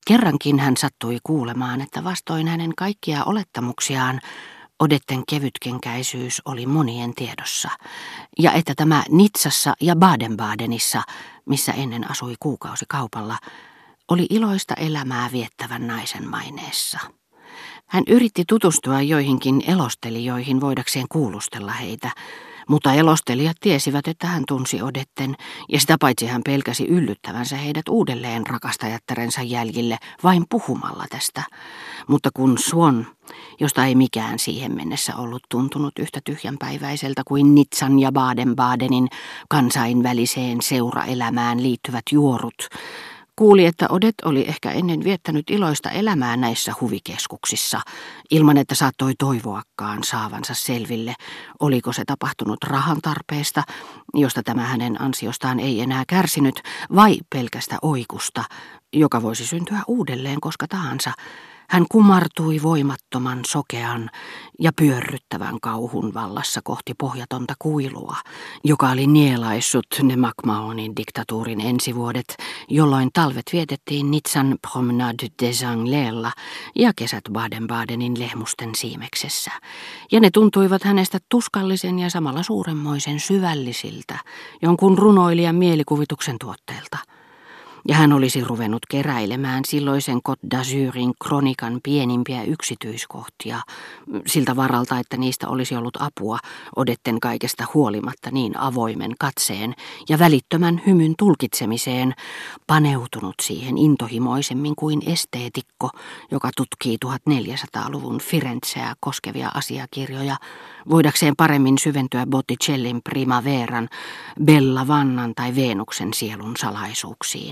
Kerrankin hän sattui kuulemaan, että vastoin hänen kaikkia olettamuksiaan Odetten kevytkenkäisyys oli monien tiedossa, ja että tämä Nitsassa ja Baden-Badenissa, missä ennen asui kuukausikaupalla, oli iloista elämää viettävän naisen maineessa. Hän yritti tutustua joihinkin elostelijoihin voidakseen kuulustella heitä, mutta elostelijat tiesivät, että hän tunsi Odetten, ja sitä paitsi hän pelkäsi yllyttävänsä heidät uudelleen rakastajattarensa jäljille vain puhumalla tästä. Mutta kun Swan, josta ei mikään siihen mennessä ollut tuntunut yhtä tyhjänpäiväiseltä kuin Nizzan ja Baden-Badenin kansainväliseen seuraelämään liittyvät juorut, kuuli, että Odette oli ehkä ennen viettänyt iloista elämää näissä huvikeskuksissa, ilman että saattoi toivoakaan saavansa selville, oliko se tapahtunut rahan tarpeesta, josta tämä hänen ansiostaan ei enää kärsinyt, vai pelkästä oikusta, joka voisi syntyä uudelleen koska tahansa. Hän kumartui voimattoman, sokean ja pyörryttävän kauhun vallassa kohti pohjatonta kuilua, joka oli nielaissut ne MacMahonin diktatuurin ensivuodet, jolloin talvet vietettiin Nizzan Promenade des Anglairs'lla ja kesät Baden-Badenin lehmusten siimeksessä. Ja ne tuntuivat hänestä tuskallisen ja samalla suuremmoisen syvällisiltä, jonkun runoilijan mielikuvituksen tuotteelta. Ja hän olisi ruvennut keräilemään silloisen Côte d'Azurin kronikan pienimpiä yksityiskohtia, siltä varalta, että niistä olisi ollut apua Odetten kaikesta huolimatta niin avoimen katseen ja välittömän hymyn tulkitsemiseen, paneutunut siihen intohimoisemmin kuin esteetikko, joka tutkii 1400-luvun Firenzeä koskevia asiakirjoja, voidakseen paremmin syventyä Botticellin Primaveran, Bella Vannan tai Veenuksen sielun salaisuuksiin.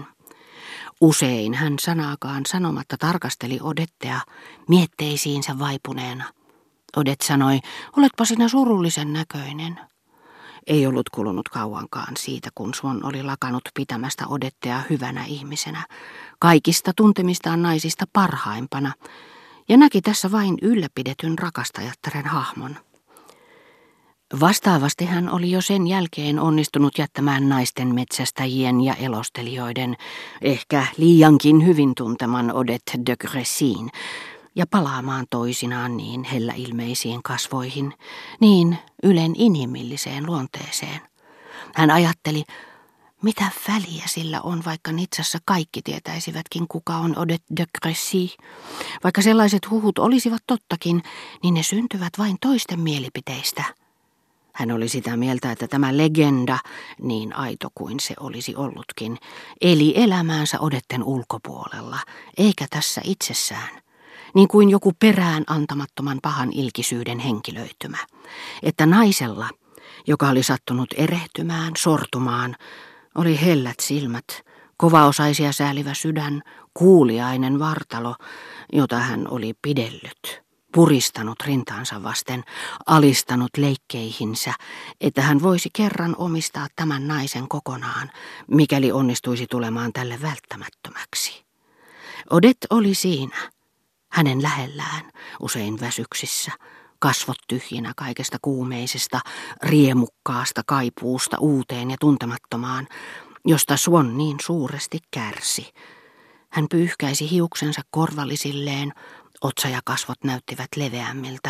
Usein hän sanaakaan sanomatta tarkasteli Odettea mietteisiinsä vaipuneena. Odette sanoi, oletpa sinä surullisen näköinen. Ei ollut kulunut kauankaan siitä, kun Swan oli lakanut pitämästä Odettea hyvänä ihmisenä, kaikista tuntemistaan naisista parhaimpana, ja näki tässä vain ylläpidetyn rakastajattaren hahmon. Vastaavasti hän oli jo sen jälkeen onnistunut jättämään naisten metsästäjien ja elostelijoiden, ehkä liiankin hyvin tunteman Odette de Grécyn, ja palaamaan toisinaan niin helläilmeisiin kasvoihin, niin ylen inhimilliseen luonteeseen. Hän ajatteli, mitä väliä sillä on, vaikka Nizzassa kaikki tietäisivätkin, kuka on Odette de Grécy. Vaikka sellaiset huhut olisivat tottakin, niin ne syntyvät vain toisten mielipiteistä. Hän oli sitä mieltä, että tämä legenda, niin aito kuin se olisi ollutkin, eli elämäänsä Odetten ulkopuolella, eikä tässä itsessään, niin kuin joku perään antamattoman pahan ilkisyyden henkilöitymä, että naisella, joka oli sattunut erehtymään, sortumaan, oli hellät silmät, kovaosaisia säälivä sydän, kuuliainen vartalo, jota hän oli pidellyt. Puristanut rintaansa vasten, alistanut leikkeihinsä, että hän voisi kerran omistaa tämän naisen kokonaan, mikäli onnistuisi tulemaan tälle välttämättömäksi. Odette oli siinä, hänen lähellään, usein väsyksissä, kasvot tyhjinä kaikesta kuumeisesta, riemukkaasta kaipuusta uuteen ja tuntemattomaan, josta Swan niin suuresti kärsi. Hän pyyhkäisi hiuksensa korvallisilleen, otsa ja kasvot näyttivät leveämmiltä.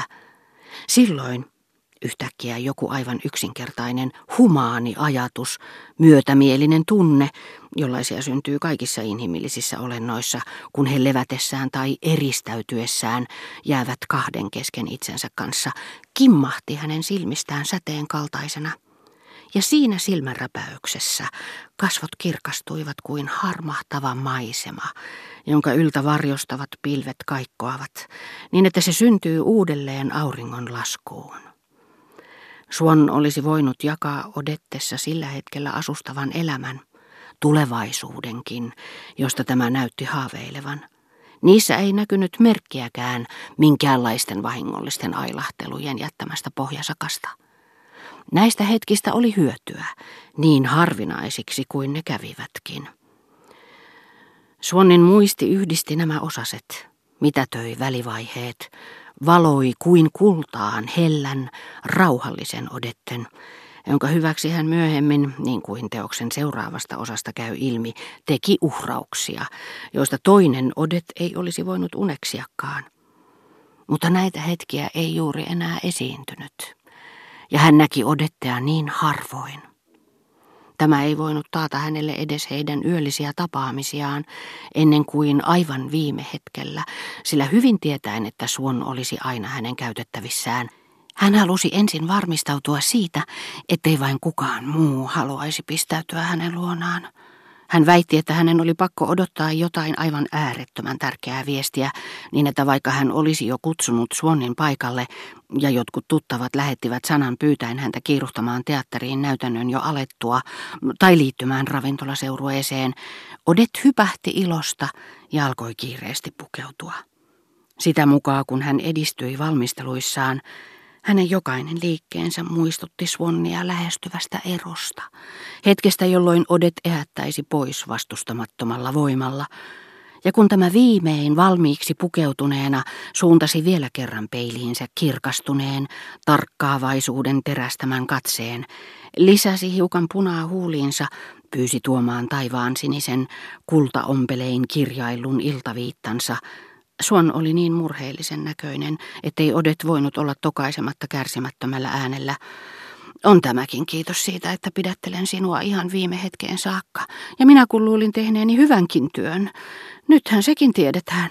Silloin yhtäkkiä joku aivan yksinkertainen, humaani ajatus, myötämielinen tunne, jollaisia syntyy kaikissa inhimillisissä olennoissa, kun he levätessään tai eristäytyessään jäävät kahden kesken itsensä kanssa, kimmahti hänen silmistään säteen kaltaisena. Ja siinä silmänräpäyksessä kasvot kirkastuivat kuin harmahtava maisema, jonka yltä varjostavat pilvet kaikkoavat, niin että se syntyy uudelleen auringon laskuun. Swan olisi voinut jakaa Odettessa sillä hetkellä asustavan elämän, tulevaisuudenkin, josta tämä näytti haaveilevan. Niissä ei näkynyt merkkiäkään minkäänlaisten vahingollisten ailahtelujen jättämästä pohjasakasta. Näistä hetkistä oli hyötyä, niin harvinaisiksi kuin ne kävivätkin. Swannin muisti yhdisti nämä osaset, mitätöi välivaiheet, valoi kuin kultaan hellän, rauhallisen Odetten, jonka hyväksi hän myöhemmin, niin kuin teoksen seuraavasta osasta käy ilmi, teki uhrauksia, joista toinen Odette ei olisi voinut uneksiakaan. Mutta näitä hetkiä ei juuri enää esiintynyt, ja hän näki Odettea niin harvoin. Tämä ei voinut taata hänelle edes heidän yöllisiä tapaamisiaan ennen kuin aivan viime hetkellä, sillä hyvin tietäen, että Swann olisi aina hänen käytettävissään, hän halusi ensin varmistautua siitä, ettei vain kukaan muu haluaisi pistäytyä hänen luonaan. Hän väitti, että hänen oli pakko odottaa jotain aivan äärettömän tärkeää viestiä, niin että vaikka hän olisi jo kutsunut Swannin paikalle ja jotkut tuttavat lähettivät sanan pyytäen häntä kiiruhtamaan teatteriin näytännön jo alettua tai liittymään ravintolaseurueeseen, Odette hypähti ilosta ja alkoi kiireesti pukeutua. Sitä mukaan, kun hän edistyi valmisteluissaan, hänen jokainen liikkeensä muistutti Swannia lähestyvästä erosta, hetkestä jolloin Odette ehättäisi pois vastustamattomalla voimalla, ja kun tämä viimein valmiiksi pukeutuneena suuntasi vielä kerran peiliinsä kirkastuneen, tarkkaavaisuuden terästämän katseen, lisäsi hiukan punaa huuliinsa, pyysi tuomaan taivaan sinisen kultaompelein kirjaillun iltaviittansa. Swann oli niin murheellisen näköinen, ettei Odette voinut olla tokaisematta kärsimättömällä äänellä. On tämäkin kiitos siitä, että pidättelen sinua ihan viime hetkeen saakka, ja minä kun luulin tehneeni hyvänkin työn. Nythän sekin tiedetään.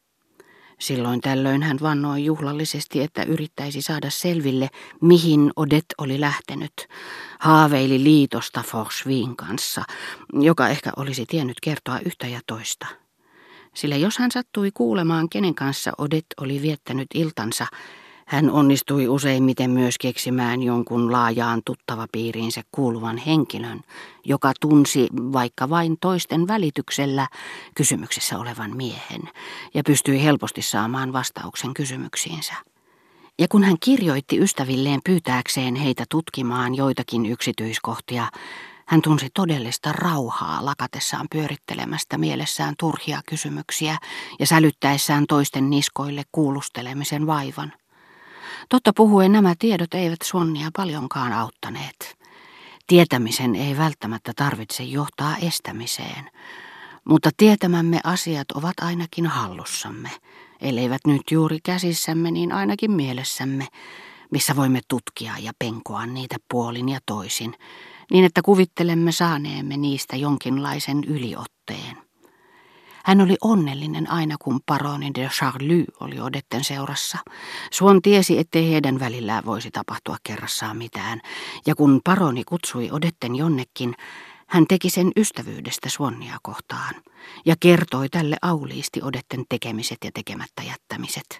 Silloin tällöin hän vannoi juhlallisesti, että yrittäisi saada selville, mihin Odette oli lähtenyt. Haaveili liitosta Forchevin kanssa, joka ehkä olisi tiennyt kertoa yhtä ja toista. Sillä jos hän sattui kuulemaan, kenen kanssa Odette oli viettänyt iltansa, hän onnistui useimmiten myös keksimään jonkun laajaan tuttavapiiriinsä kuuluvan henkilön, joka tunsi vaikka vain toisten välityksellä kysymyksessä olevan miehen ja pystyi helposti saamaan vastauksen kysymyksiinsä. Ja kun hän kirjoitti ystävilleen pyytääkseen heitä tutkimaan joitakin yksityiskohtia, hän tunsi todellista rauhaa lakatessaan pyörittelemästä mielessään turhia kysymyksiä ja sälyttäessään toisten niskoille kuulustelemisen vaivan. Totta puhuen nämä tiedot eivät Swannia paljonkaan auttaneet. Tietämisen ei välttämättä tarvitse johtaa estämiseen, mutta tietämämme asiat ovat ainakin hallussamme, elleivät nyt juuri käsissämme, niin ainakin mielessämme, missä voimme tutkia ja penkoa niitä puolin ja toisin, niin että kuvittelemme saaneemme niistä jonkinlaisen yliotteen. Hän oli onnellinen aina, kun paroni de Charlie oli Odetten seurassa. Swann tiesi, ettei heidän välillään voisi tapahtua kerrassaan mitään, ja kun paroni kutsui Odetten jonnekin, hän teki sen ystävyydestä Swannia kohtaan, ja kertoi tälle auliisti Odetten tekemiset ja tekemättä jättämiset.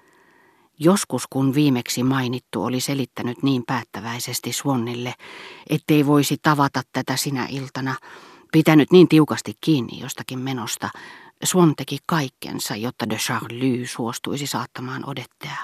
Joskus, kun viimeksi mainittu oli selittänyt niin päättäväisesti Swannille, ettei voisi tavata tätä sinä iltana, pitänyt niin tiukasti kiinni jostakin menosta, Swann teki kaikkensa, jotta de Charlie suostuisi saattamaan Odettea.